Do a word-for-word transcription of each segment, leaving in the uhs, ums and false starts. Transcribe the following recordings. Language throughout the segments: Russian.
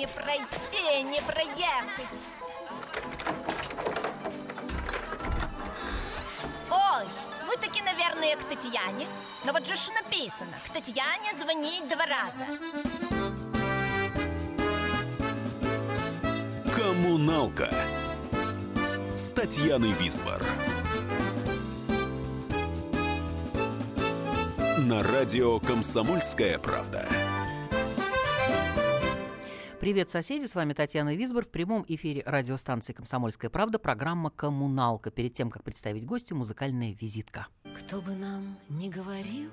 не пройти, не проехать. Ой, вы таки, наверное, к Татьяне. Но вот же ж написано: к Татьяне звонить два раза. Коммуналка с Татьяной Висбор. На радио «Комсомольская правда». Привет, соседи, с вами Татьяна Висбор. В прямом эфире радиостанции «Комсомольская правда» программа «Коммуналка». Перед тем, как представить гостю, музыкальная визитка. Кто бы нам ни говорил,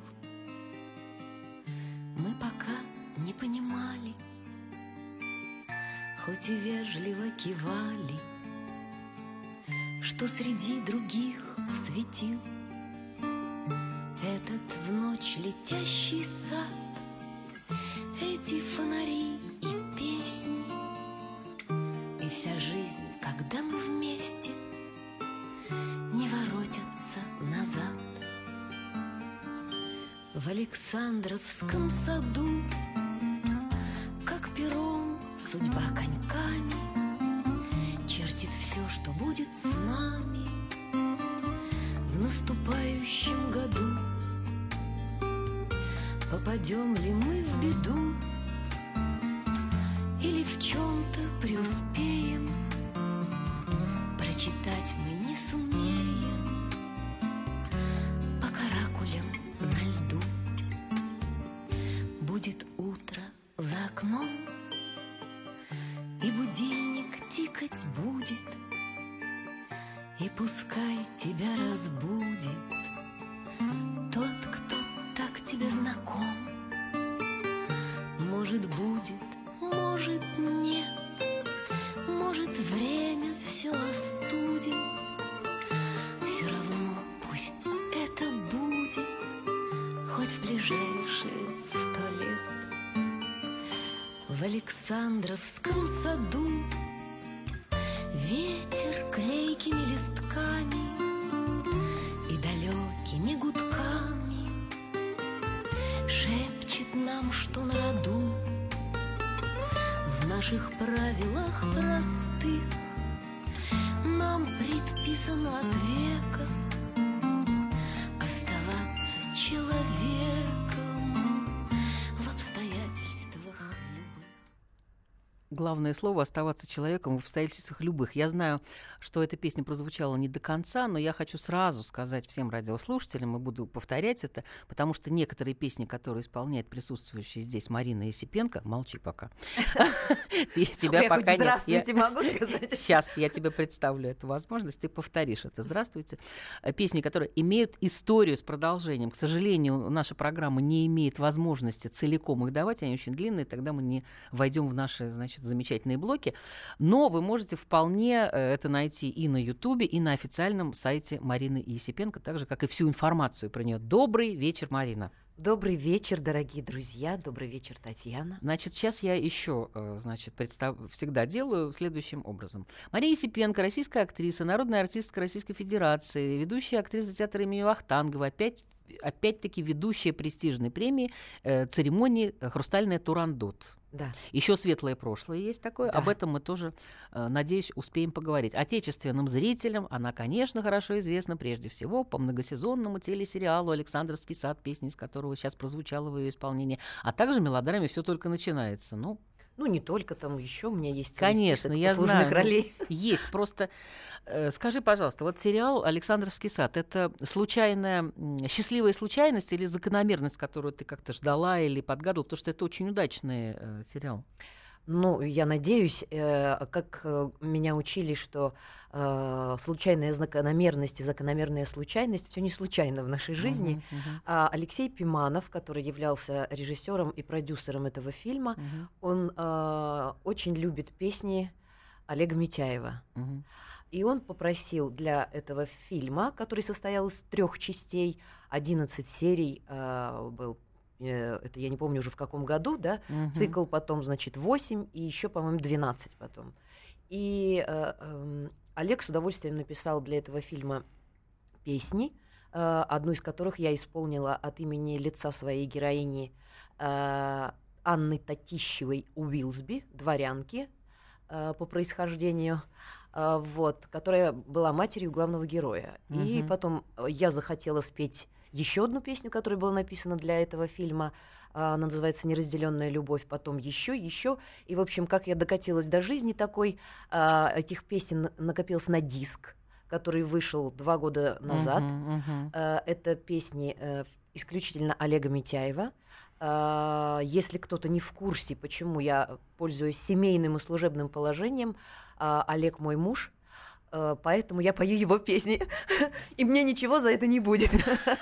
мы пока не понимали, хоть и вежливо кивали, что среди других светил этот в ночь летящий сад, эти фонари и песни, и вся жизнь, когда мы вместе, не воротятся назад. В Александровском саду, как пером судьба коньками чертит все, что будет с нами в наступающем году. Попадем ли мы в беду или в чем-то преуспеем, прочитать мы не сумеем по каракулям на льду. Будет утро за окном, и будильник тикать будет, и пускай тебя разбудит тот, кто так тебе знаком. Может, будет, может, нет, может, время все остудит. Все равно пусть это будет хоть в ближайшие сто лет. В Александровском саду ветер клейкими листками и далекими гудками шепчет нам, что на роду в наших правилах простых нам предписано от века оставаться человеком в обстоятельствах любых. Главное слово — оставаться человеком в обстоятельствах любых. Я знаю, что эта песня прозвучала не до конца, но я хочу сразу сказать всем радиослушателям, и буду повторять это, потому что некоторые песни, которые исполняет присутствующая здесь Марина Есипенко, молчи пока. Тебя пока нет. Здравствуйте, могу сказать. Сейчас я тебе представлю эту возможность, ты повторишь это. Здравствуйте. Песни, которые имеют историю с продолжением. К сожалению, наша программа не имеет возможности целиком их давать, они очень длинные, тогда мы не войдем в наши, значит, замечательные блоки. Но вы можете вполне это найти и на Ютубе, и на официальном сайте Марины Есипенко, так же, как и всю информацию про нее. Добрый вечер, Марина. Добрый вечер, дорогие друзья. Добрый вечер, Татьяна. Значит, сейчас я еще, значит, представ... всегда делаю следующим образом. Мария Есипенко, российская актриса, народная артистка Российской Федерации, ведущая актриса театра имени Вахтангова, опять опять-таки ведущая престижной премии э, церемонии «Хрустальная Турандот». Да. Еще светлое прошлое есть такое. Да. Об этом мы тоже, э, надеюсь, успеем поговорить. Отечественным зрителям она, конечно, хорошо известна прежде всего по многосезонному телесериалу «Александровский сад», песня из которого сейчас прозвучала в ее исполнении, а также мелодраме «Все только начинается». Ну, Ну, не только, там еще у меня есть конечно, я послужных знаю, ролей. Есть, просто э, скажи, пожалуйста, вот сериал «Александровский сад» — это случайная, счастливая случайность или закономерность, которую ты как-то ждала или подгадывала, потому что это очень удачный э, сериал? Ну, я надеюсь, э, как э, меня учили, что э, случайная закономерность и закономерная случайность все не случайно в нашей жизни. Uh-huh, uh-huh. А Алексей Пиманов, который являлся режиссером и продюсером этого фильма, Uh-huh. он э, очень любит песни Олега Митяева. Uh-huh. И он попросил для этого фильма, который состоял из трех частей, одиннадцать серий э, был. Это я не помню уже в каком году, да, uh-huh. цикл потом, значит, восемь и еще, по-моему, двенадцать потом. И э, э, Олег с удовольствием написал для этого фильма песни, э, одну из которых я исполнила от имени лица своей героини э, Анны Татищевой Уилсби, дворянки э, по происхождению, э, вот, которая была матерью главного героя. Mm-hmm. И потом я захотела спеть еще одну песню, которая была написана для этого фильма. Она называется «Неразделенная любовь». Потом еще, еще. И, в общем, как я докатилась до жизни такой, э, этих песен накопилось на диск, который вышел два года назад. Uh-huh, uh-huh. Э, это песни э, исключительно Олега Митяева. Э, если кто-то не в курсе, почему я пользуюсь семейным и служебным положением, э, Олег мой муж, э, поэтому я пою его песни, и мне ничего за это не будет.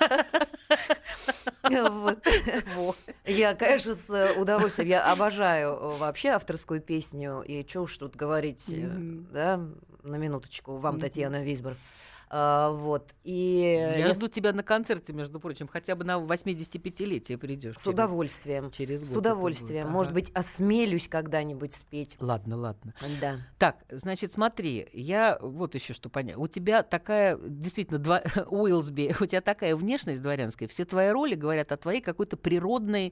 Я, конечно, с удовольствием. Я обожаю вообще авторскую песню. И что уж тут говорить, да, на минуточку, вам, Татьяна Висбор. А, вот. И я, я жду тебя на концерте, между прочим, хотя бы на восьмидесятипятилетие придешь. С через, удовольствием. Через год. С удовольствием. Ага. Может быть, осмелюсь когда-нибудь спеть. Ладно, ладно. Да. Так, значит, смотри, я вот еще что понять. У тебя такая, действительно, два... Уилсби, у тебя такая внешность дворянская. Все твои роли говорят о твоей какой-то природной,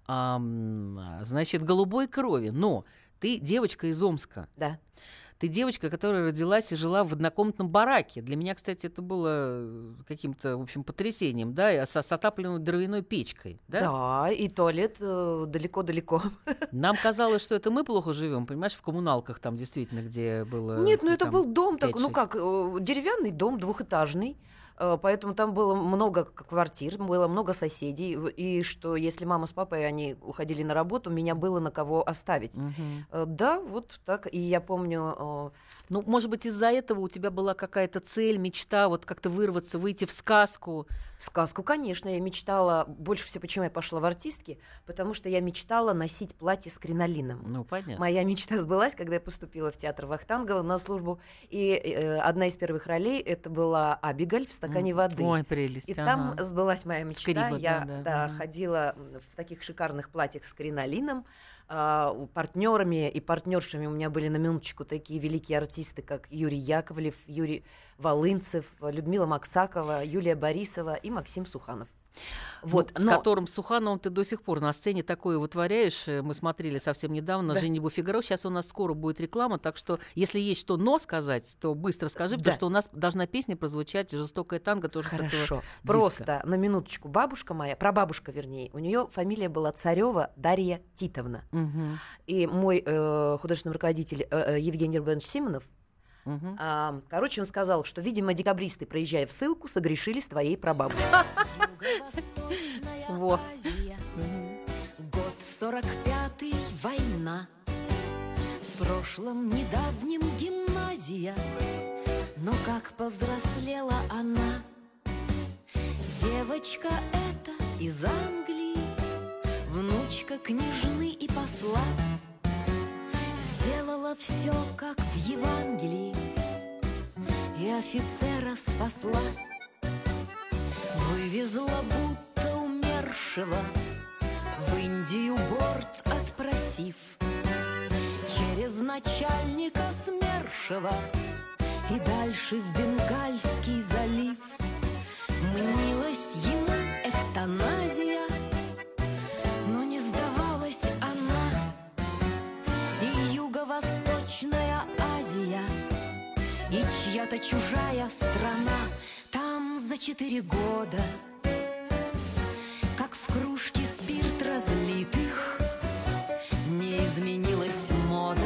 эм, значит, голубой крови. Но ты девочка из Омска. Да. Ты девочка, которая родилась и жила в однокомнатном бараке. Для меня, кстати, это было каким-то, в общем, потрясением, да, с, с отапливаемой дровяной печкой, да? Да, и туалет э, далеко-далеко. Нам казалось, что это мы плохо живем, понимаешь, в коммуналках там действительно, где было... Нет, ну это был дом такой, ну как, э, деревянный дом, двухэтажный. Поэтому там было много квартир, было много соседей. И что если мама с папой, они уходили на работу, меня было на кого оставить. Угу. Да, вот так. И я помню... Ну, может быть, из-за этого у тебя была какая-то цель, мечта, вот как-то вырваться, выйти в сказку? В сказку, конечно. Я мечтала... Больше всего, почему я пошла в артистки? Потому что я мечтала носить платье с кринолином. Ну, понятно. Моя мечта сбылась, когда я поступила в театр Вахтангова на службу. И э, одна из первых ролей — это была Абигаль в «Стакане воды». Ой, прелесть. И ага. там сбылась моя мечта. Скриба, я да, да, да, ага. ходила в таких шикарных платьях с кринолином. Э, партнерами и партнершами у меня были на минуточку такие великие артисты, как Юрий Яковлев, Юрий Волынцев, Людмила Максакова, Юлия Борисова и Максим Суханов. Вот, ну, но... С которым Сухановым ты до сих пор на сцене такое вытворяешь. Мы смотрели совсем недавно да. «Женитьбу Фигаро». Сейчас у нас скоро будет реклама, так что если есть что «но» сказать, то быстро скажи, да. потому что у нас должна песня прозвучать «Жестокая танго» тоже. Хорошо. С этого Просто диска. На минуточку. Бабушка моя, прабабушка, вернее, у нее фамилия была Царева Дарья Титовна. Угу. И мой э, художественный руководитель э, Евгений Рубенович Симонов, угу. а, короче, он сказал, что, видимо, декабристы, проезжая в ссылку, согрешили с твоей прабабушкой. Вот. Год сорок пятый, война. В прошлом недавнем гимназия. Но как повзрослела она. Девочка эта из Англии, внучка княжны и посла. Сделала все, как в Евангелии, и офицера спасла. Вывезла будто умершего, в Индию борт отпросив, через начальника СМЕРШева и дальше в Бенгальский залив. Мнилась ему эвтаназия, но не сдавалась она. И Юго-Восточная Азия, и чья-то чужая страна. Там за четыре года, как в кружке спирт разлитых, не изменилась мода.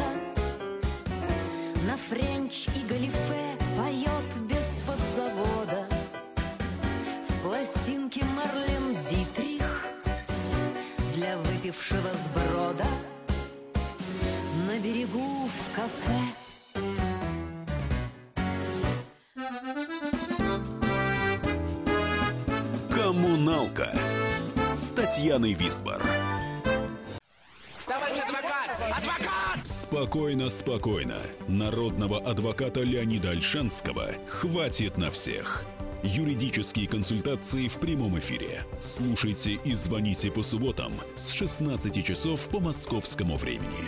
На френч и галифе поет без подзавода. С пластинки Марлен Дитрих для выпившего сброда. На берегу в кафе. «Коммуналка» с Татьяной Висбор. Товарищ адвокат! Адвокат! Спокойно, спокойно. Народного адвоката Леонида Ольшанского хватит на всех. Юридические консультации в прямом эфире. Слушайте и звоните по субботам с шестнадцати часов по московскому времени.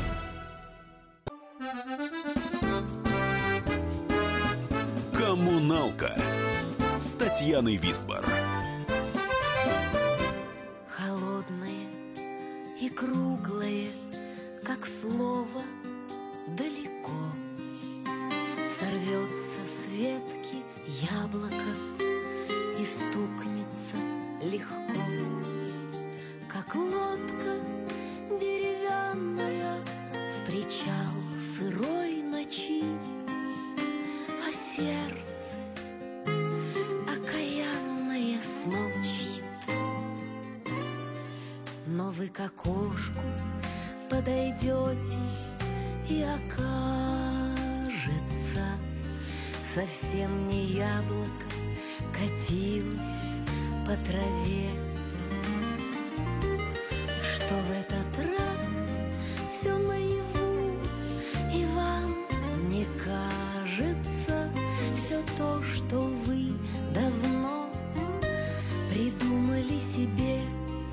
«Коммуналка» с Татьяной Висбор. Холодное и круглое, как слово, далеко. Сорвется с ветки яблоко и стукнется легко, как лодка деревянная в причал сырой ночи, а сердце окаянное смолчит. Но вы к окошку подойдете, и окажется, совсем не яблоко катилось по траве, что в этот раз все наяву, и вам не кажется все то, что вы давно придумали себе.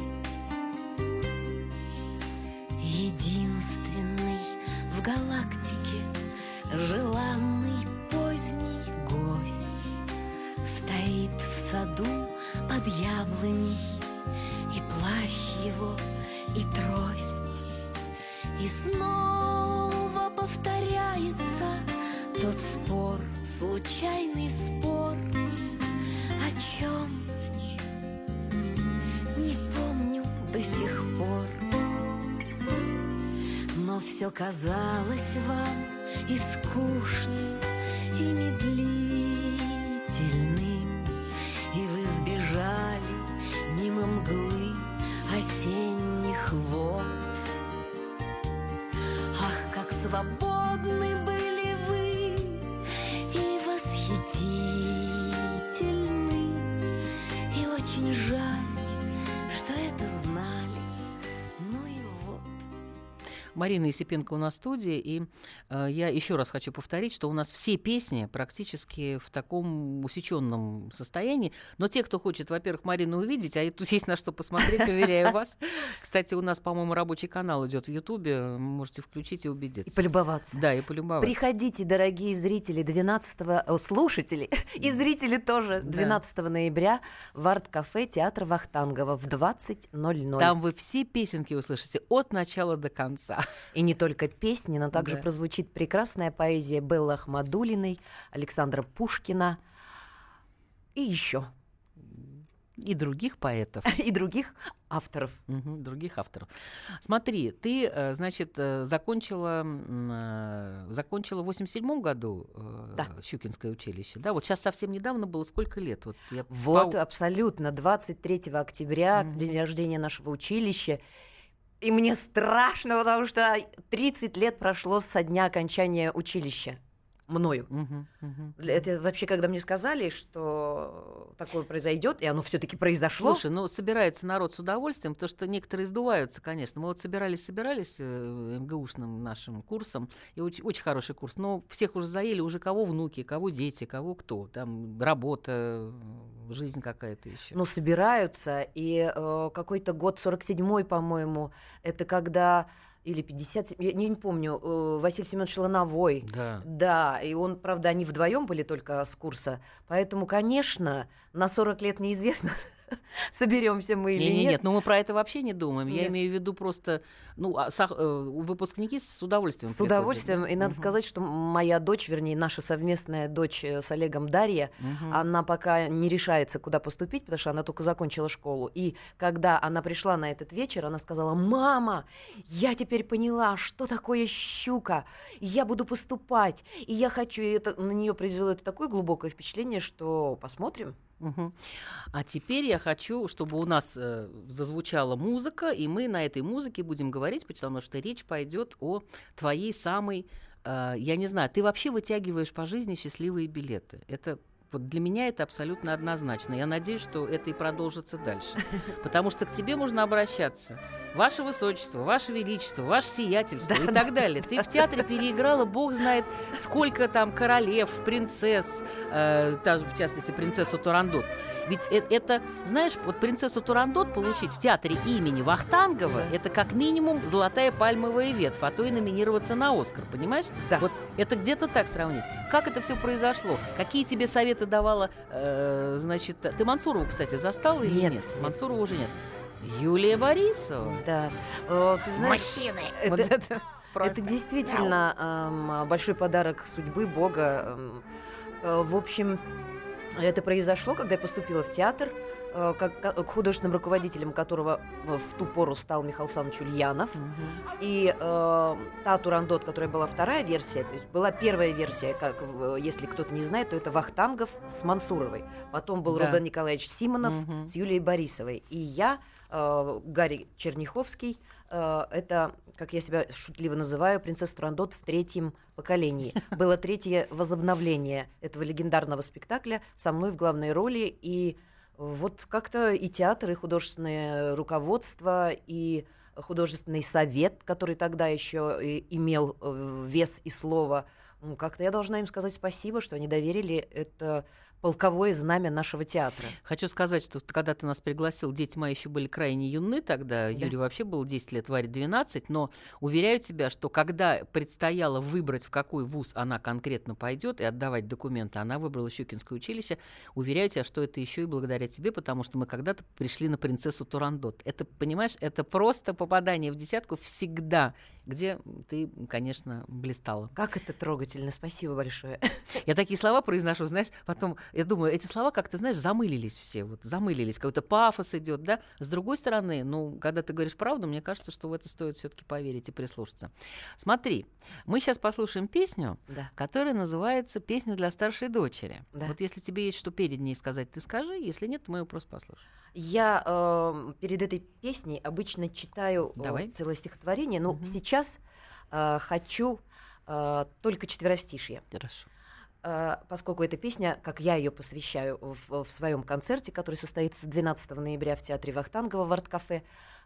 Единственный в галактике желанный поздний гость стоит в саду под яблоней, и плащ его, и трость. И снова повторяется тот спор, случайный спор, о чем не помню до сих пор. Но все казалось вам и скучным, и медлительным, и вы сбежали мимо мглы осенних вод. Ах, как свободны были вы и восхитительны, и очень жаль, что это знали. Ну и вот. Марина Есипенко у нас в студии, и э, я еще раз хочу повторить, что у нас все песни практически в таком усеченном состоянии, но те, кто хочет, во-первых, Марину увидеть, а тут есть на что посмотреть, уверяю вас. Кстати, у нас, по-моему, рабочий канал идет в Ютубе, можете включить и убедиться. И полюбоваться. Да, и полюбоваться. Приходите, дорогие зрители, двенадцатого о, слушатели и зрители тоже, двенадцатого ноября в арт-кафе театра Вахтангова в двадцать ноль ноль. Там вы все песенки услышите от начала до конца. И не только песни, но также Да. прозвучит прекрасная поэзия Беллы Ахмадуллиной, Александра Пушкина и еще, И других поэтов. и других авторов. Мгм, других авторов. Смотри, ты, э, значит, э, закончила, м, э, закончила в восемьдесят седьмом году э, Да. Щукинское училище, да? Вот сейчас совсем недавно было сколько лет? Вот, я Вот, пау- абсолютно, двадцать третьего октября, Мгм. день рождения нашего училища. И мне страшно, потому что тридцать лет прошло со дня окончания училища. Мною. Мгм, мгм. Для- Это вообще, когда мне сказали, что такое произойдет, и оно все-таки произошло. Слушай, ну собирается народ с удовольствием, потому что некоторые сдуваются, конечно. Мы вот собирались-собирались э, МГУшным нашим курсом, и очень, очень хороший курс, но всех уже заели, уже кого внуки, кого дети, кого кто, там работа, жизнь какая-то еще. Ну, собираются, и э, какой-то год сорок седьмой, по-моему, это когда, или пятьдесят, я не, не помню, э, Василий Семенович Лановой. Да. Да, и он, правда, они вдвоем были только с курса, поэтому, конечно, на сорок лет неизвестно, соберемся мы или Не, не, нет. нет, ну мы про это вообще не думаем. Я Нет. имею в виду просто, ну, а сах- э, выпускники с удовольствием. С приходят, удовольствием. да? И надо Мгм. сказать, что моя дочь, вернее, наша совместная дочь э, с Олегом Дарья, Мгм. она пока не решается, куда поступить, потому что она только закончила школу. И когда она пришла на этот вечер, она сказала: «Мама, я теперь поняла, что такое щука. И я буду поступать. И я хочу». И это на нее произвело это такое глубокое впечатление, что посмотрим. Мгм. А теперь я хочу, чтобы у нас э, зазвучала музыка, и мы на этой музыке будем говорить, потому что речь пойдет о твоей самой, э, я не знаю, ты вообще вытягиваешь по жизни счастливые билеты. Это вот для меня это абсолютно однозначно. Я надеюсь, что это и продолжится дальше. Потому что к тебе можно обращаться. Ваше Высочество, Ваше Величество, Ваше Сиятельство и так далее. Ты в театре переиграла, бог знает, сколько там королев, принцесс, э, та же, в частности, принцессу Турандот. Ведь э- это, знаешь, вот принцессу Турандот получить в театре имени Вахтангова, это как минимум золотая пальмовая ветвь, а то и номинироваться на Оскар, понимаешь? Да. Вот это где-то так сравнить. Как это все произошло? Какие тебе советы давала, э, значит, ты Мансурову, кстати, застала или Нет, нет? нет. Мансурова уже нет. Юлия Борисова. Да. О, ты знаешь, Мужчины. это, Вот это это просто. действительно эм, большой подарок судьбы, Бога. Эм, э, в общем, это произошло, когда я поступила в театр, э, как, как художественным руководителем которого в ту пору стал Михаил Александрович Ульянов. Мгм. И э, та Турандот, которая была вторая версия, то есть была первая версия, как в- если кто-то не знает, то это Вахтангов с Мансуровой. Потом был Да. Рубен Николаевич Симонов Мгм. с Юлией Борисовой. И я, э, Гарри Черняховский, э, это, как я себя шутливо называю, принцесса Турандот в третьем поколении. Было третье возобновление этого легендарного спектакля со мной в главной роли. И вот как-то и театр, и художественное руководство, и художественный совет, который тогда еще и имел э, вес и слово, м, как-то я должна им сказать спасибо, что они доверили это полковое знамя нашего театра. Хочу сказать, что когда ты нас пригласил, дети мои еще были крайне юны тогда, Юре вообще было десять лет, Варе двенадцать, но уверяю тебя, что когда предстояло выбрать, в какой вуз она конкретно пойдет и отдавать документы, она выбрала Щукинское училище, уверяю тебя, что это еще и благодаря тебе, потому что мы когда-то пришли на принцессу Турандот. Это, понимаешь, это просто попадание в десятку всегда, где ты, конечно, блистала. Как это трогательно, спасибо большое. Я такие слова произношу, знаешь, потом я думаю, эти слова как-то, знаешь, замылились все, вот замылились, какой-то пафос идет, да. С другой стороны, ну, когда ты говоришь правду, мне кажется, что в это стоит все-таки поверить и прислушаться. Смотри, мы сейчас послушаем песню, Да. которая называется «Песня для старшей дочери». Да. Вот если тебе есть что перед ней сказать, ты скажи, если нет, то мы ее просто послушаем. Я э, перед этой песней обычно читаю э, Давай. целое стихотворение, но Мгм. сейчас э, хочу э, только четверостишье. Хорошо. Э, поскольку эта песня, как я ее посвящаю в, в своем концерте, который состоится двенадцатого ноября в театре Вахтангова в арт-кафе,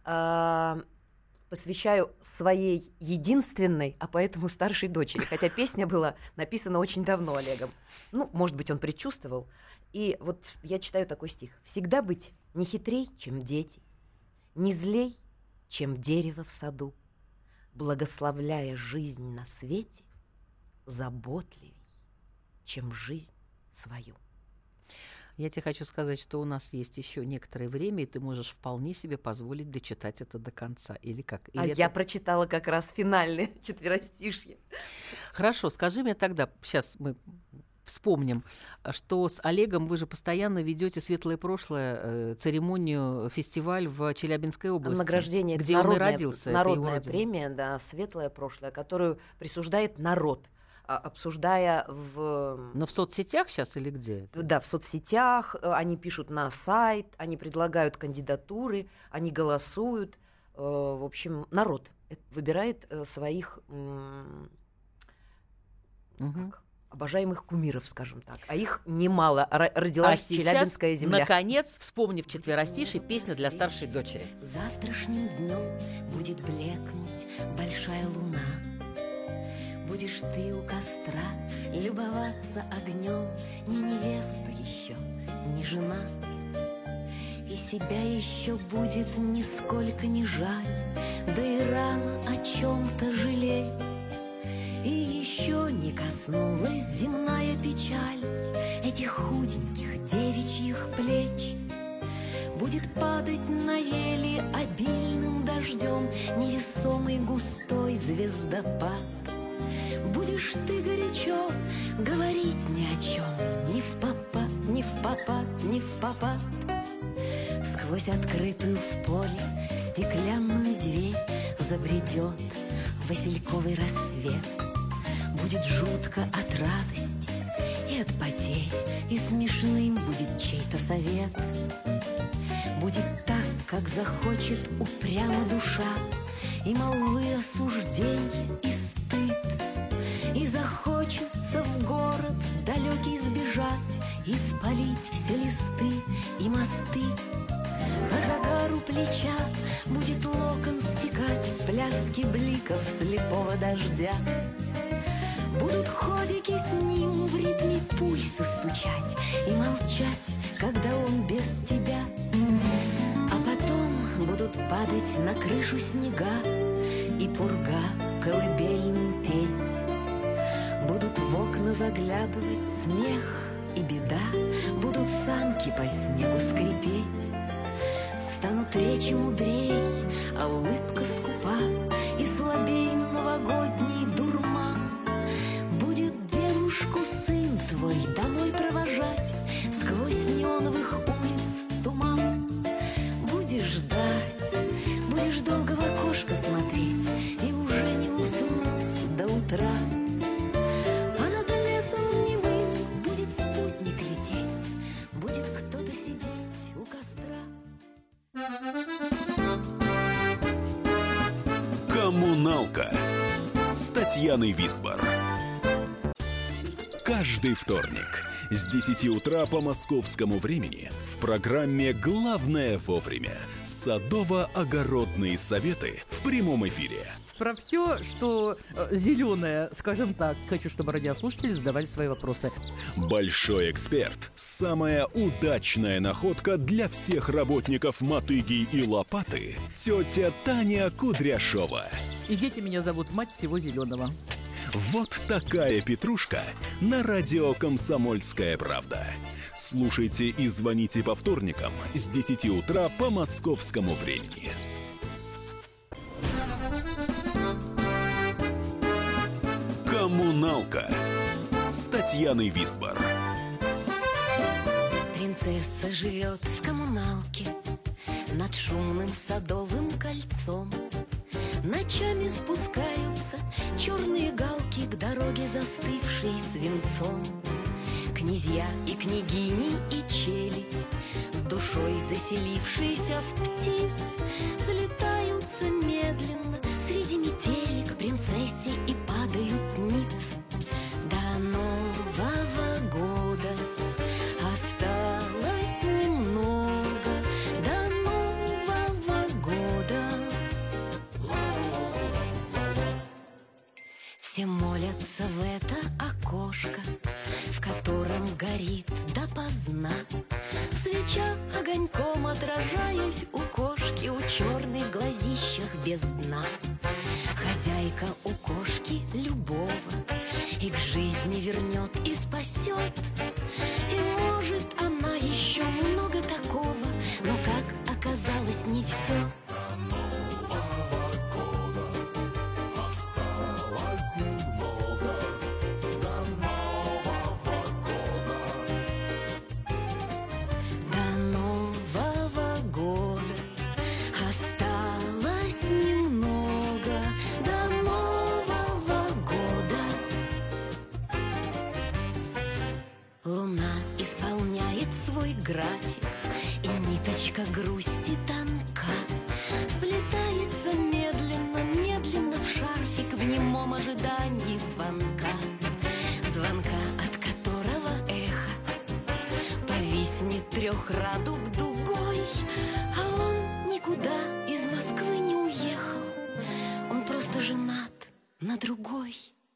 э, посвящаю своей единственной, а поэтому старшей дочери. Хотя песня была написана очень давно Олегом. Ну, может быть, он предчувствовал. И вот я читаю такой стих. «Всегда быть не хитрей, чем дети, не злей, чем дерево в саду, благословляя жизнь на свете, заботливей, чем жизнь свою». Я тебе хочу сказать, что у нас есть еще некоторое время, и ты можешь вполне себе позволить дочитать это до конца. Или как? А Или я это- прочитала как раз финальное четверостишье. Хорошо, скажи мне тогда, сейчас мы вспомним, что с Олегом вы же постоянно ведете светлое прошлое, э, церемонию, фестиваль в Челябинской области. Награждение, это где он и народная, родился. это его народная родина. премия, да, светлое прошлое, которую присуждает народ, а, обсуждая в... Но в соцсетях сейчас или где? это? Да, в соцсетях, э, они пишут на сайт, они предлагают кандидатуры, они голосуют. э, В общем, народ э, выбирает э, своих м, Мгм. как, обожаемых кумиров, скажем так. А их немало. Ро- Родилась А сейчас, Челябинская земля. наконец, вспомнив четверостишие, песня для старшей дочери. Завтрашним днем будет блекнуть большая луна. Будешь ты у костра любоваться огнем, не невеста еще, не жена. И себя еще будет нисколько не жаль, да и рано о чем-то жалеть. И еще не коснулась земная печаль этих худеньких девичьих плеч. Будет падать на ели обильным дождем невесомый густой звездопад. Будешь ты горячо говорить ни о чем, ни в попад, ни в попад, ни в попад. Сквозь открытую в поле стеклянную дверь забредет васильковый рассвет. Будет жутко от радости и от потерь, и смешным будет чей-то совет. Будет так, как захочет упрямо душа, и молвы осужденья, и стыд. И захочется в город далекий сбежать и спалить все листы и мосты. По загару плеча будет локон стекать в пляске бликов слепого дождя. Будут ходики с ним в ритме пульса стучать и молчать, когда он без тебя. А потом будут падать на крышу снега и пурга колыбельную петь. Будут в окна заглядывать смех и беда, будут санки по снегу скрипеть. станут речи мудрей, а улыбка скупа, и слабей новогодний дурман. Будет девушку сын твой домой провожать сквозь неоновых улиц туман. Будешь ждать, будешь долго в окошко смотреть и уже не уснуть до утра. А над лесом немым будет спутник лететь, будет кто-то сидеть у костра. «Коммуналка» с Татьяной Висбор. Каждый вторник с десяти утра по московскому времени в программе «Главное вовремя» садово-огородные советы в прямом эфире. Про все, что зеленое, скажем так, хочу, чтобы радиослушатели задавали свои вопросы. Большой эксперт. Самая удачная находка для всех работников мотыги и лопаты. Тетя Таня Кудряшова. И дети меня зовут мать всего зеленого. Вот такая петрушка на радио «Комсомольская правда». Слушайте и звоните по вторникам с десяти утра по московскому времени. «Коммуналка» с Татьяной Висбор. Принцесса живет в коммуналке над шумным садовым кольцом. Ночами спускаются черные галки к дороге, застывшей свинцом. Князья и княгини и челядь, с душой заселившиеся в птиц, слетаются медленно среди метели к принцессе и падают ниц. До Нового года осталось немного, до Нового года. Все молятся в это окошко, в котором горит допоздна свеча, огоньком отражаясь у кошки, у черных глазищах без дна. Хозяйка у кошки любого и к жизни вернет, и спасет. И может она еще много такого, но, как оказалось, не все. График, и ниточка грусти тонка сплетается медленно, медленно в шарфик в немом ожидании звонка. Звонка, от которого эхо повиснет трех радуг дугой. А он никуда из Москвы не уехал, он просто женат на другой.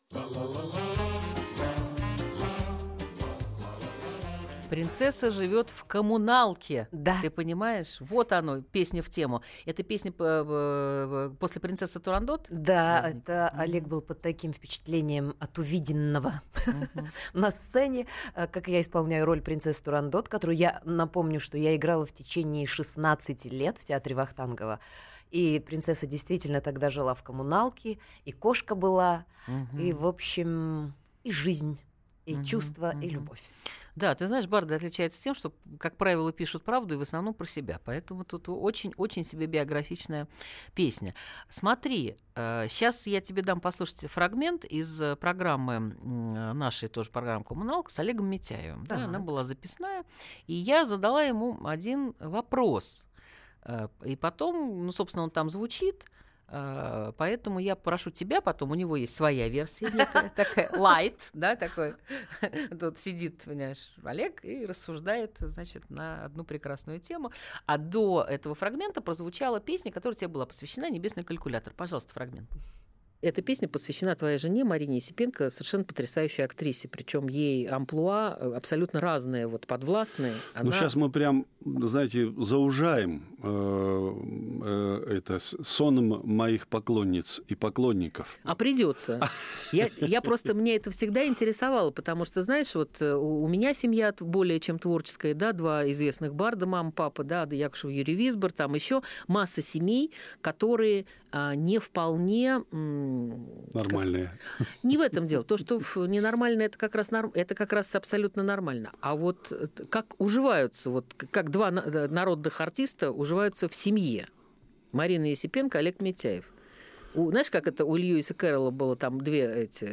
Принцесса живет в коммуналке. Да. Ты понимаешь? Вот оно, песня в тему. Это песня после «Принцессы Турандот»? Да, возник? это Mm-hmm. Олег был под таким впечатлением от увиденного mm-hmm. на сцене, как я исполняю роль принцессы Турандот, которую я напомню, что я играла в течение шестнадцати лет в театре Вахтангова. И принцесса действительно тогда жила в коммуналке, и кошка была, mm-hmm. и, в общем, и жизнь, и mm-hmm. чувства, mm-hmm. и любовь. Да, ты знаешь, барды отличаются тем, что, как правило, пишут правду и в основном про себя. Поэтому тут очень-очень себе биографичная песня. Смотри, сейчас я тебе дам послушать фрагмент из программы, нашей тоже программы «Коммуналка» с Олегом Митяевым. Да. Да, она была записная. И я задала ему один вопрос. И потом, ну, собственно, он там звучит. Поэтому я прошу тебя потом, у него есть своя версия некая, такая light, да, такой, тут сидит, понимаешь, Олег и рассуждает, значит, на одну прекрасную тему, а до этого фрагмента прозвучала песня, которая тебе была посвящена, «Небесный калькулятор». Пожалуйста, фрагмент. Эта песня посвящена твоей жене Марине Есипенко, совершенно потрясающей актрисе, причем ей амплуа абсолютно разные, вот подвластные. Она... Ну, сейчас мы прям знаете, заужаем э, э, это соном моих поклонниц и поклонников. А придется. Я, я просто, мне это всегда интересовало, потому что, знаешь, вот у, у меня семья более чем творческая, да, два известных барда, мама, папа, да, Якушев, Юрий Висбор, там еще масса семей, которые а, не вполне... М- Нормальные. Как, не в этом дело. То, что ненормально, это как раз, норм, это как раз абсолютно нормально. А вот как уживаются, вот как два народных артиста уживаются в семье. Марина Есипенко, Олег Митяев. У, знаешь, как это у Льюиса Кэрролла было там две эти,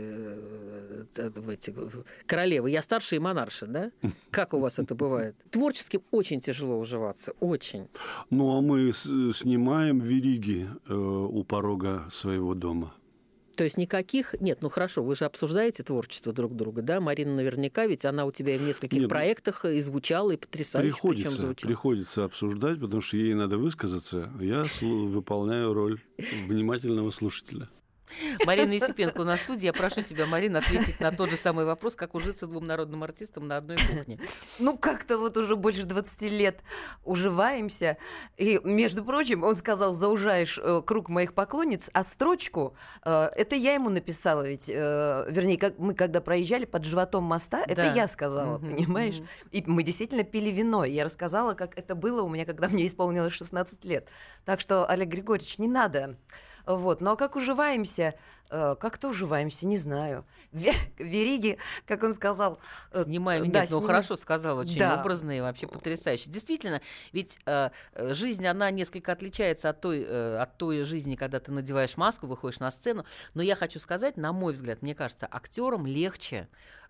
эти королевы? Я старшая и монарша, да? Как у вас это бывает? Творчески очень тяжело уживаться, очень. Ну, а мы с- снимаем вериги э, у порога своего дома. То есть никаких... Нет, ну хорошо, вы же обсуждаете творчество друг друга, да? Марина наверняка, ведь она у тебя в нескольких Нет, проектах и звучала, и потрясающе причем Приходится, звучала. приходится обсуждать, потому что ей надо высказаться. Я слу- выполняю роль внимательного слушателя. Марина Есипенко у нас в студии. Я прошу тебя, Марина, ответить на тот же самый вопрос, как ужиться двум народным артистам на одной кухне. Ну, как-то вот уже больше двадцати лет уживаемся. И, между прочим, он сказал, заужаешь э, круг моих поклонниц, а строчку, э, это я ему написала ведь, э, вернее, как мы когда проезжали под животом моста, это Да. я сказала, Мгм, понимаешь? мгм. И мы действительно пили вино, и я рассказала, как это было у меня, когда мне исполнилось шестнадцать лет. Так что, Олег Григорьевич, не надо... Вот. Ну а как уживаемся? Э, Как-то уживаемся, не знаю. Ве- Вериги, как он сказал... э, Снимаем. да, Нет, ну снимаем. хорошо сказал, очень Да. образно и вообще потрясающе. Действительно, ведь э, э, жизнь, она несколько отличается от той, э, от той жизни, когда ты надеваешь маску, выходишь на сцену. Но я хочу сказать, на мой взгляд, мне кажется, актерам легче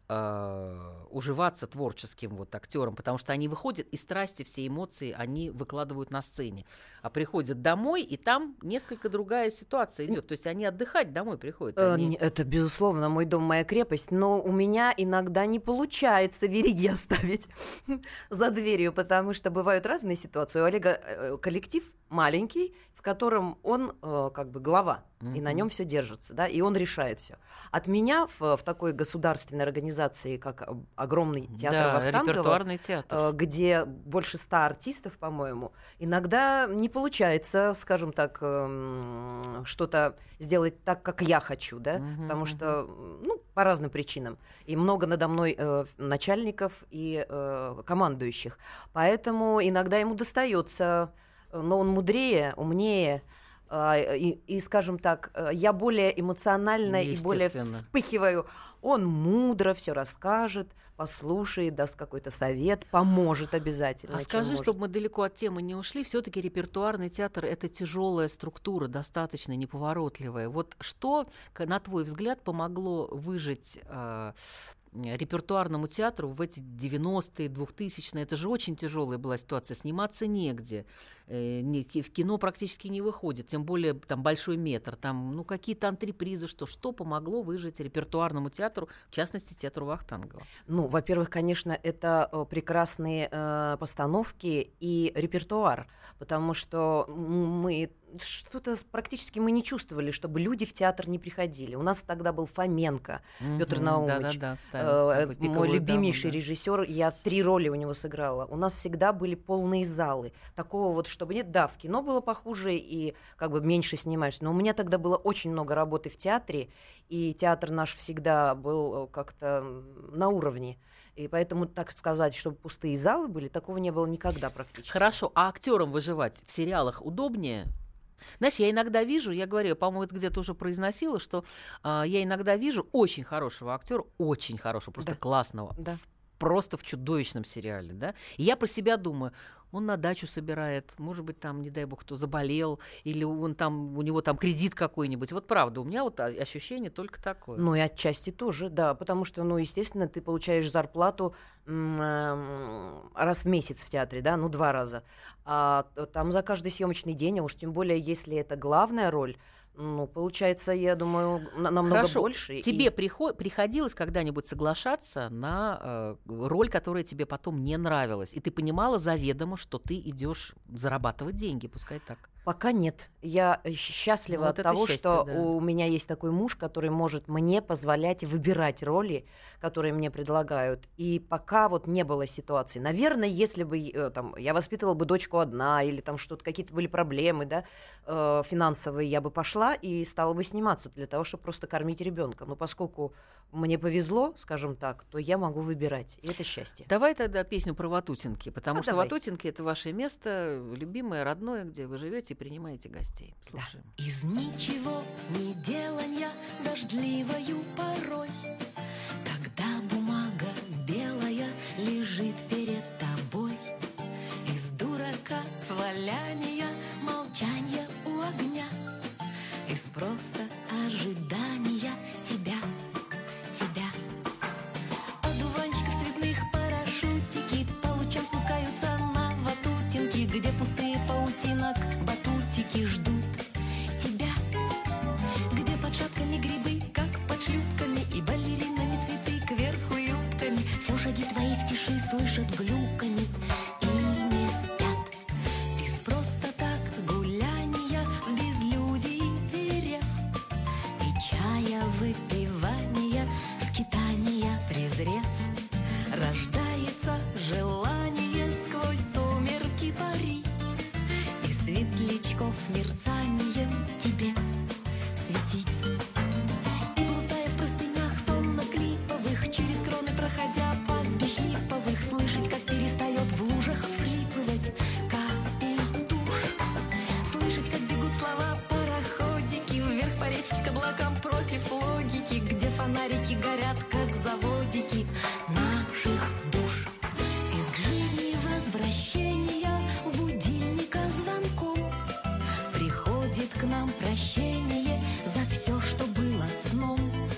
э, уживаться творческим вот актерам, потому что они выходят, и страсти, все эмоции они выкладывают на сцене. А приходят домой, и там несколько другая ситуация идет. То есть они отдыхать домой приходят. Э, они- не- Это, безусловно, мой дом, моя крепость, но у меня иногда не получается вериги оставить за дверью, потому что бывают разные ситуации. У Олега э, коллектив маленький, в котором он э, как бы глава, и на Мгм. нем все держится, да, и он решает все. От меня в, в такой государственной организации, как э, огромный театр Да, Вахтангова, репертуарный театр. э, где больше ста артистов, по-моему, иногда не получается, скажем так, эм, что-то сделать так, как я хочу, да, Мгм, потому мгм. что, ну, по разным причинам. И много надо мной э, начальников и э, командующих. Поэтому иногда ему достается, э, но он мудрее, умнее, э, и, и, скажем так, э, я более эмоциональна и более Естественно. вспыхиваю. Он мудро все расскажет, послушает, даст какой-то совет, поможет обязательно. А чем скажи, может. чтобы мы далеко от темы не ушли, все-таки репертуарный театр — это тяжелая структура, достаточно неповоротливая. Вот что, к- на твой взгляд, помогло выжить э, репертуарному театру в эти девяностые, двухтысячные? Это же очень тяжелая была ситуация. Сниматься негде, э, не- ки- в кино практически не выходит, тем более там большой метр, там ну какие-то антрепризы, что что помогло выжить репертуарному театру, в частности театру Вахтангова? Ну, во-первых, конечно, это э, прекрасные э, постановки и репертуар, потому что м, мы что-то с- практически мы не чувствовали, чтобы люди в театр не приходили. У нас тогда был Фоменко, Петр Мгм, Наумович, да-да-да, ставил э, с тобой мой «Пиковую даму», любимейший да. режиссер. Я три роли у него сыграла. У нас всегда были полные залы. Такого вот, чтобы нет, да, в кино было похуже и как бы меньше снимаешься. Но у меня тогда было очень много работы в театре, и театр наш всегда был э, как-то м, на уровне. И поэтому, так сказать, чтобы пустые залы были, такого не было никогда практически. Хорошо, а актерам выживать в сериалах удобнее? Знаешь, я иногда вижу, я говорю, по-моему, это где-то уже произносила, что а, я иногда вижу очень хорошего актера, очень хорошего, просто Да. классного, Да. в- просто в чудовищном сериале, да. И я про себя думаю, он на дачу собирает, может быть, там, не дай бог, кто заболел, или он там, у него там кредит какой-нибудь. Вот правда, у меня вот а- ощущение только такое. Ну и отчасти тоже, да, потому что, ну, естественно, ты получаешь зарплату м, эм, раз в месяц в театре, да, ну, два раза. А т- там за каждый съемочный день, а уж тем более, если это главная роль, ну, получается, я думаю, на- намного Хорошо. больше. и- Тебе прихо- приходилось когда-нибудь соглашаться на э, роль, которая тебе потом не нравилась, и ты понимала заведомо, что ты идешь зарабатывать деньги, пускай так. Пока нет. Я счастлива Вот от это того, счастье, что да. у меня есть такой муж, который может мне позволять выбирать роли, которые мне предлагают. И пока вот не было ситуации. Наверное, если бы э, там, я воспитывала бы дочку одна, или там что-то, какие-то были проблемы, да, э, финансовые, я бы пошла и стала бы сниматься для того, чтобы просто кормить ребенка. Но поскольку мне повезло, скажем так, то я могу выбирать. И это счастье. Давай тогда песню про Ватутинки, потому А что давай. Ватутинки — это ваше место, любимое, родное, где вы живете и принимаете гостей. Слушаем. Из ничего не деланья дождливою порой, когда бумага белая лежит перед тобой, из дурака валяния молчанья у огня, из просто ожидания тебя, тебя. Одуванчиков цветных парашютики по лучам спускаются на Ватутинки, где пустые паутинок батутики ждут тебя, где под шапками грибы, как под шлюпками, и балеринами цветы кверху юбками. Все шаги твои в тиши слышат глюками и не спят. Без просто так гуляния в безлюдии дерев и чая выпивания, скитания презрев, рождается желание сквозь сумерки парить и светлячков мерцанием тебе светить. И плутая в простынях сонно-клиповых, через кроны проходя пастбищ липовых, слышать, как перестает в лужах всхлипывать капель душ, слышать, как бегут слова пароходики вверх по речке к облакам против логики, где фонарики горят, как заводики наших душ. Из к жизни возвращения будильника звонком приходит к нам прощение за все, что было сном.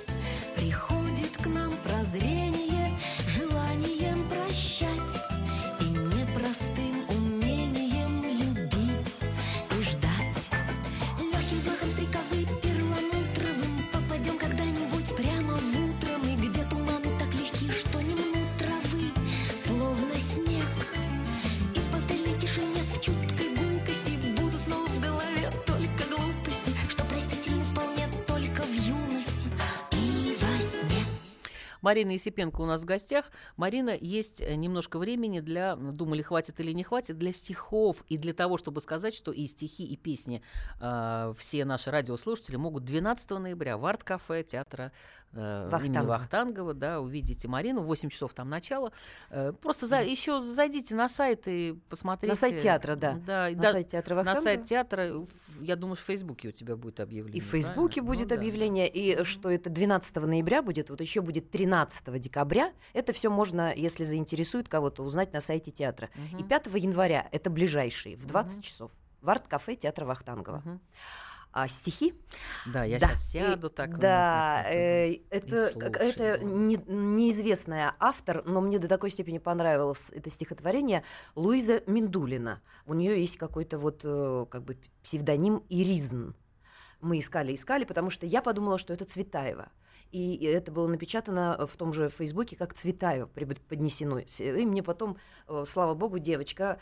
Приходит к нам прозрение желанием прощать и непростым умением любить и ждать. Легким взмахом стрекозы перламутровым попадем когда-нибудь прямо в утром, и где туманы так легки, что не мнут травы, словно снег. И в пастельной тишине, в чуткой гулкости будут снова в голове только глупости, что простительно вполне только в юности и во сне. Марина Есипенко у нас в гостях. Марина, есть немножко времени для, думали, хватит или не хватит, для стихов и для того, чтобы сказать, что и стихи, и песни э, все наши радиослушатели могут двенадцатого ноября в арт-кафе театра э, имени Вахтангова. Вахтангова, да, увидите Марину, в восемь часов там начало. Э, просто за, еще зайдите на сайт и посмотрите. На сайт театра, да. Да, и На да, сайт театра на Вахтангова. сайт театра, я думаю, в Фейсбуке у тебя будет объявление. И в Фейсбуке правильно? будет Ну да. объявление, и что это двенадцатого ноября будет, вот еще будет тринадцатого декабря. Это все можно, если заинтересует кого-то, узнать на сайте театра. Мгм. И пятого января, это ближайший, в двадцать Мгм. часов, в арт-кафе театра Вахтангова. Мгм. А стихи? Да, я Да, сейчас сяду и- так. Да, ну, э, это, слушай, как- это да. не- неизвестная автор, но мне до такой степени понравилось это стихотворение, Луиза Миндулина. У нее есть какой-то вот э, как бы псевдоним Иризн. Мы искали, искали, потому что я подумала, что это Цветаева. И это было напечатано в том же Фейсбуке, как Цветаева преподнесено. И мне потом, э, слава богу, девочка,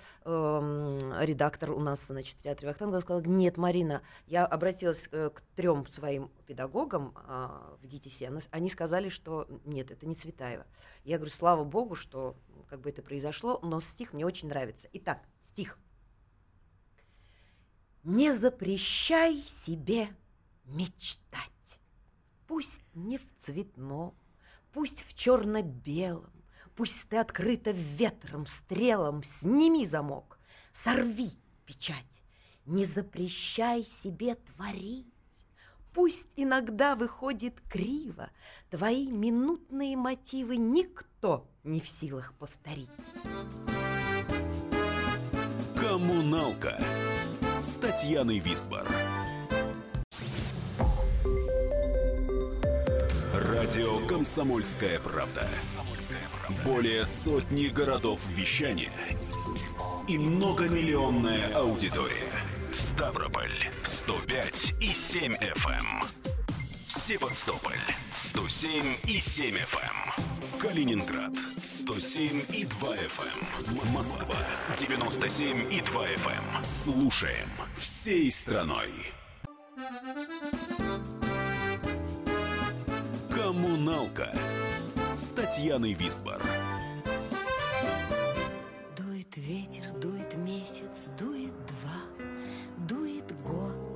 э, редактор у нас, значит, в театре Вахтангова, сказала: нет, Марина, я обратилась э, к трем своим педагогам э, в ГИТИСе, она- они сказали, что нет, это не Цветаева. Я говорю, слава богу, что как бы это произошло, но стих мне очень нравится. Итак, стих. Не запрещай себе мечтать. Пусть не в цветном, пусть в черно-белом, пусть ты открыта ветром, стрелом, сними замок, сорви печать. Не запрещай себе творить. Пусть иногда выходит криво, твои минутные мотивы никто не в силах повторить. «Коммуналка» с Татьяной Висбор. Радио «Комсомольская правда». Более сотни городов вещания и многомиллионная аудитория. Ставрополь сто пять и семь эф эм. Севастополь сто семь и семь эф эм. Калининград сто семь и два эф эм. Москва девяносто семь и два эф эм. Слушаем всей страной. Коммуналка с Татьяной Висбор. Дует ветер, дует месяц, дует два, дует год.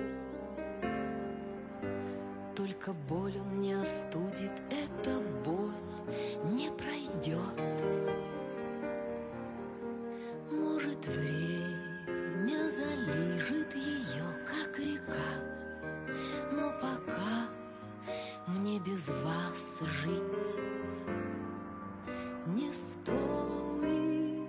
Только боль он не остудит, эта боль не пройдет. Может, время залижет ее, как река, но пока мне без вас жить не стоит.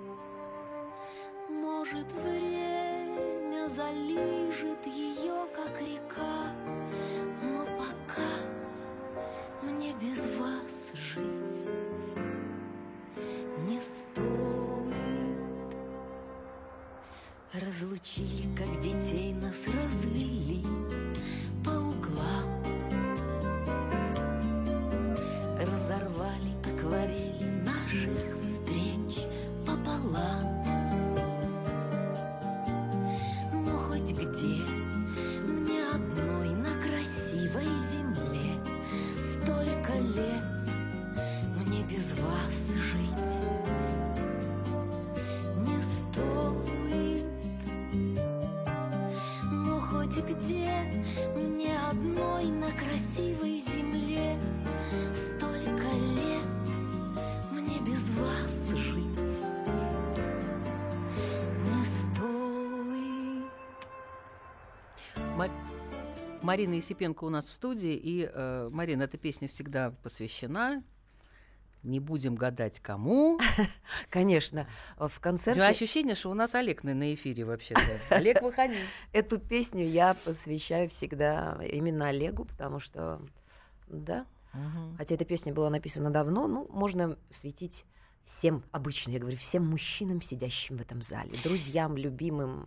Может, время залижет ее, как река, но пока мне без вас жить не стоит. Разлучили, как детей нас развели по углам, разорвали акварели наших встреч пополам. Но хоть где мне одной на красивой земле столько лет мне без вас жить не стоит. Но хоть где мне одной на красивой земле столько лет мне без вас жить не стоит. Ма- Марина Есипенко у нас в студии. И, э, Марина, эта песня всегда посвящена. Не будем гадать, кому. Конечно, в концерте... Ощущение, что у нас Олег на, на эфире вообще-то. Олег, выходи. Эту песню я посвящаю всегда именно Олегу, потому что, да, Угу. хотя эта песня была написана давно, ну, можно светить всем, обычно, я говорю, всем мужчинам, сидящим в этом зале, друзьям, любимым,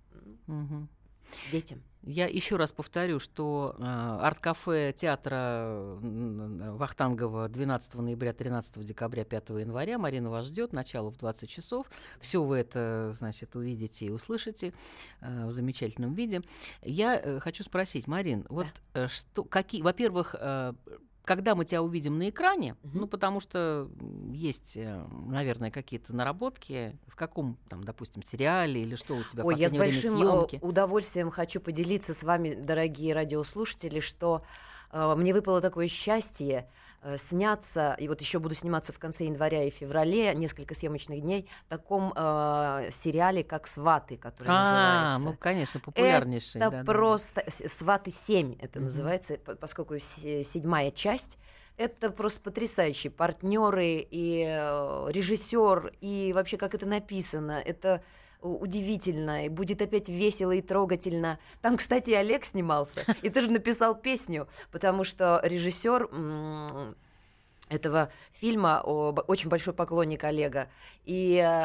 Угу. детям. Я еще раз повторю, что э, арт-кафе театра э, Вахтангова двенадцатого ноября, тринадцатого декабря, пятого января. Марина вас ждет, начало в двадцать часов. Все вы это, значит, увидите и услышите э, в замечательном виде. Я э, хочу спросить, Марин, вот э, что, какие, во-первых, э, когда мы тебя увидим на экране, Мгм. ну, потому что есть, э, наверное, какие-то наработки, в каком, там, допустим, сериале или что у тебя в Ой, я с последнее время большим съемки? э, удовольствием хочу поделиться с вами, дорогие радиослушатели, что э, мне выпало такое счастье э, сняться, и вот еще буду сниматься в конце января и феврале, несколько съемочных дней, в таком э, сериале, как «Сваты», который А, называется. ну, конечно, популярнейший. Это да, да, просто с- «Сваты семь» это Мгм. называется, по- поскольку се- седьмая часть. Это просто потрясающие партнеры и э, режиссер, и вообще как это написано. Это у- удивительно, и будет опять весело и трогательно. Там, кстати, и Олег снимался, и тоже написал песню, потому что режиссер м, этого фильма о, б- очень большой поклонник Олега, и э,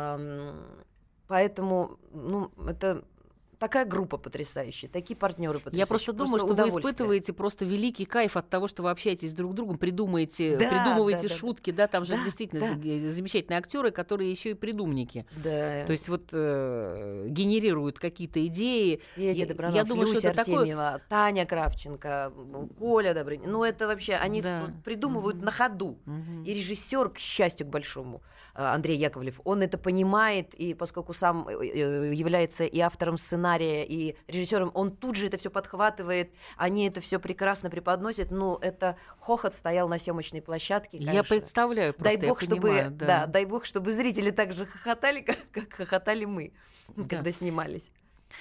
эм, поэтому, ну, это такая группа потрясающая, такие партнеры потрясающие. Я просто думаю, что вы удовольствие. испытываете просто великий кайф от того, что вы общаетесь друг с другом, придумаете, Да, придумываете да, да, шутки, да, там же Да, действительно да. за- замечательные актеры, которые еще и придумники. Да. То есть вот э, генерируют какие-то идеи. Петя я- Добронов, я думаю, что Люся это такое- Артемьева, Таня Кравченко, Коля Добрынин. Ну, это вообще, они Да. вот придумывают на ходу. Мгм. И режиссер, к счастью, к большому, э, Андрей Яковлев, он это понимает, и поскольку сам э, э, является и автором сценария, и режиссером, он тут же это все подхватывает, они это все прекрасно преподносят. Ну, это хохот стоял на съемочной площадке, конечно. Я представляю, просто Дай я бог, чтобы, понимаю, да. да. дай бог, чтобы зрители так же хохотали, как, как хохотали мы, Да. когда снимались.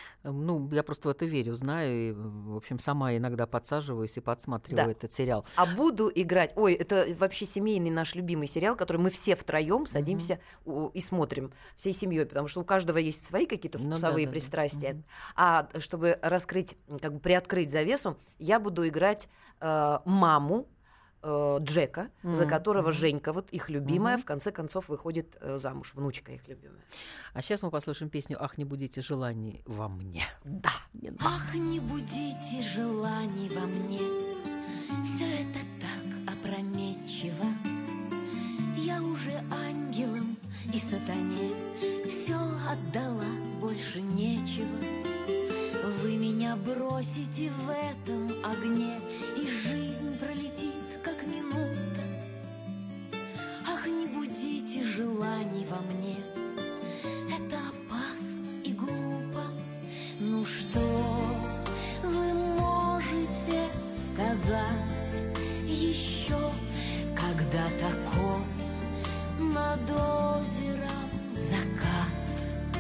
Ну, я просто в это верю, знаю, и, в общем, сама иногда подсаживаюсь и подсматриваю Да. этот сериал. А буду играть. Ой, это вообще семейный наш любимый сериал, который мы все втроем садимся у- и смотрим всей семьей, потому что у каждого есть свои какие-то Ну да, вкусовые да, да. пристрастия. Мгм. А чтобы раскрыть, как бы приоткрыть завесу, я буду играть э, маму э, Джека, за Мгм, которого мгм. Женька, вот их любимая, Мгм. в конце концов выходит э, замуж, внучка их любимая. А сейчас мы послушаем песню «Ах, не будите желаний во мне». Да. Ах, не будите желаний во мне, Все это так опрометчиво. Я уже ангелам и сатане все отдала, больше нечего. Вы меня бросите в этом огне, и жизнь пролетит, как минута. Ах, не будите желаний во мне, это опасно и глупо. Ну что вы можете сказать еще, когда такой над озером закат?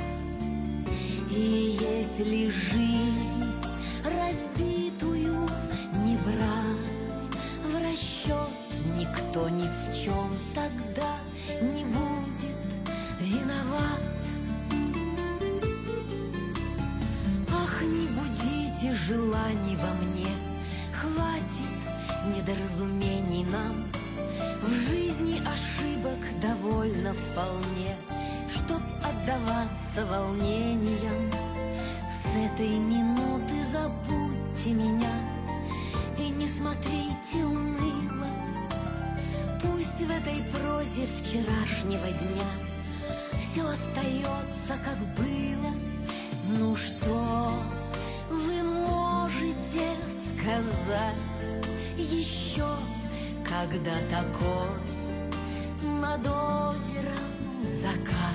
И если жизнь разбитую не брать в расчет, никто ни в чем тогда не будет виноват. Ах, не будите желаний во мне, хватит недоразумений нам. В жизни ошибок довольно вполне, чтоб отдаваться волнениям. С этой минуты забудьте меня и не смотрите уныло. Пусть в этой прозе вчерашнего дня все остается, как было. Ну что вы можете сказать еще, когда такой над озером закат?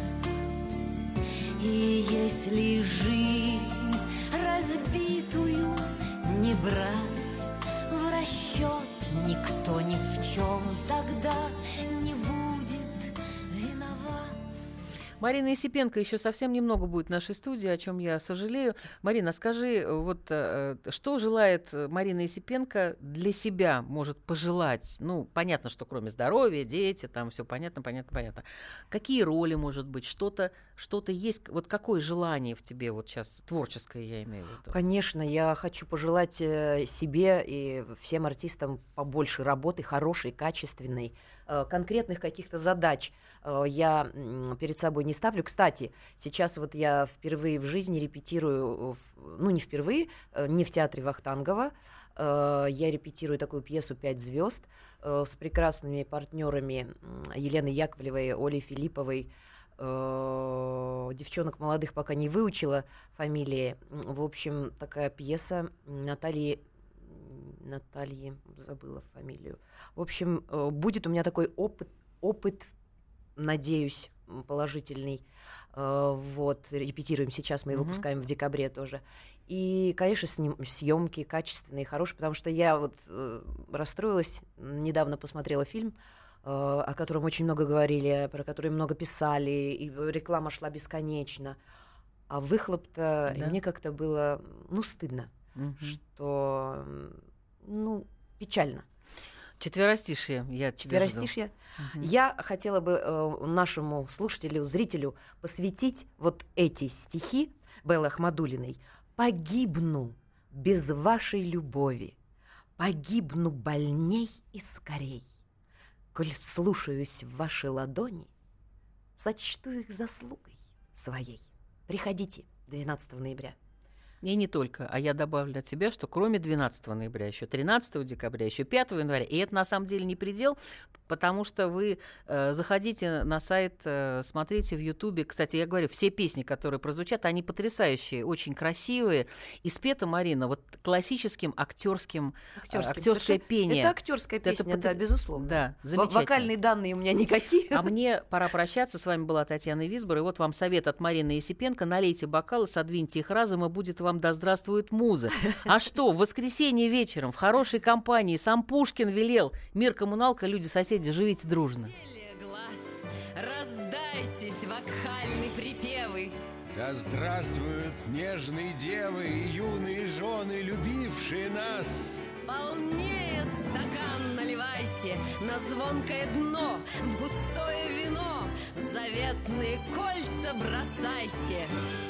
И если жизнь разбитую не брать в расчет, никто ни в чем тогда не будет виноват. Марина Исипенко еще совсем немного будет в нашей студии, о чем я сожалею. Марина, скажи, вот что желает Марина Исипенко для себя, может пожелать? Ну, понятно, что кроме здоровья, дети, там все понятно, понятно, понятно. Какие роли, может быть, что-то, что-то есть? Вот какое желание в тебе вот сейчас, творческое, я имею в виду? Конечно, я хочу пожелать себе и всем артистам побольше работы, хорошей, качественной, конкретных каких-то задач я перед собой не ставлю. Кстати, сейчас вот я впервые в жизни репетирую, ну не впервые, не в театре Вахтангова, я репетирую такую пьесу «Пять звезд» с прекрасными партнерами Еленой Яковлевой, Олей Филипповой. Девчонок молодых пока не выучила фамилии. В общем, такая пьеса Натальи Натальи, забыла фамилию. В общем, будет у меня такой опыт, опыт, надеюсь, положительный. Вот, репетируем сейчас, мы его mm-hmm. выпускаем в декабре тоже. И, конечно, съемки качественные, хорошие, потому что я вот расстроилась, недавно посмотрела фильм, о котором очень много говорили, про который много писали, и реклама шла бесконечно. А выхлоп-то, да. мне как-то было, ну, стыдно, mm-hmm. что... Ну, печально. Четверостишье, я тебя Четверостишье. Угу. Я хотела бы э, нашему слушателю, зрителю посвятить вот эти стихи Беллы Ахмадуллиной. «Погибну без вашей любови, погибну больней и скорей. Коль вслушаюсь в ваши ладони, сочту их заслугой своей. Приходите двенадцатого ноября». И не только. А я добавлю от себя, что кроме двенадцатого ноября, еще тринадцатого декабря, еще пятого января, и это на самом деле не предел, потому что вы э, заходите на сайт, э, смотрите в Ютубе. Кстати, я говорю, все песни, которые прозвучат, они потрясающие, очень красивые. И спета, Марина, вот классическим актерским, актерское пение. Это актерская песня, это, да, безусловно. Да, замечательно. Вокальные данные у меня никакие. А мне пора прощаться. С вами была Татьяна Висбор. И вот вам совет от Марины Исипенко. Налейте бокалы, содвиньте их разом, и будет вам «Да здравствует муза». А что, в воскресенье вечером в хорошей компании сам Пушкин велел: мир, коммуналка, люди, соседи, живите дружно. Раздайтесь вокхальные припевы. Да здравствуют нежные девы и юные жены, любившие нас. Полнее стакан наливайте на звонкое дно, в густое вино заветные кольца бросайте.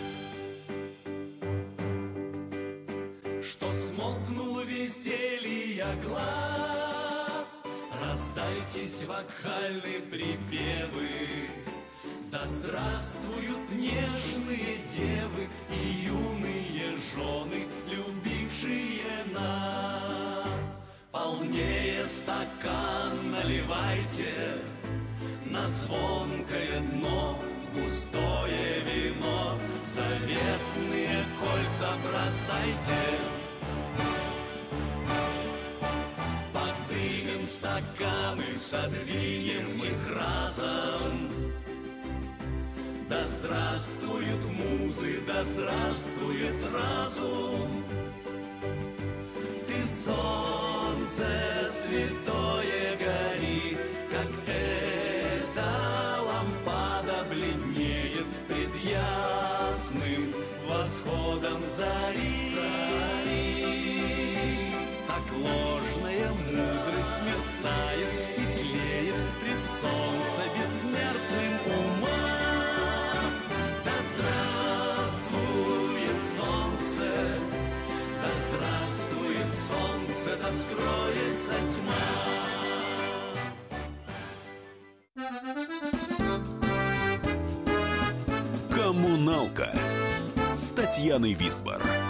Что смолкнул веселья глаз, раздайтесь вокхальные припевы. Да здравствуют нежные девы и юные жены, любившие нас. Полнее стакан наливайте, на звонкое дно густое вино, заветные кольца бросайте. Подымем стаканы, содвинем их разом. Да здравствуют музы, да здравствует разум. Ты солнце святое гори, как эта лампада бледнеет пред ясным восходом зари. зари. Так ложная мудрость мерцает и тлеет пред солнце бессмертным ума. Да здравствует солнце, да здравствует солнце, да скроется тьма. «Коммуналка» с Татьяной Висбор.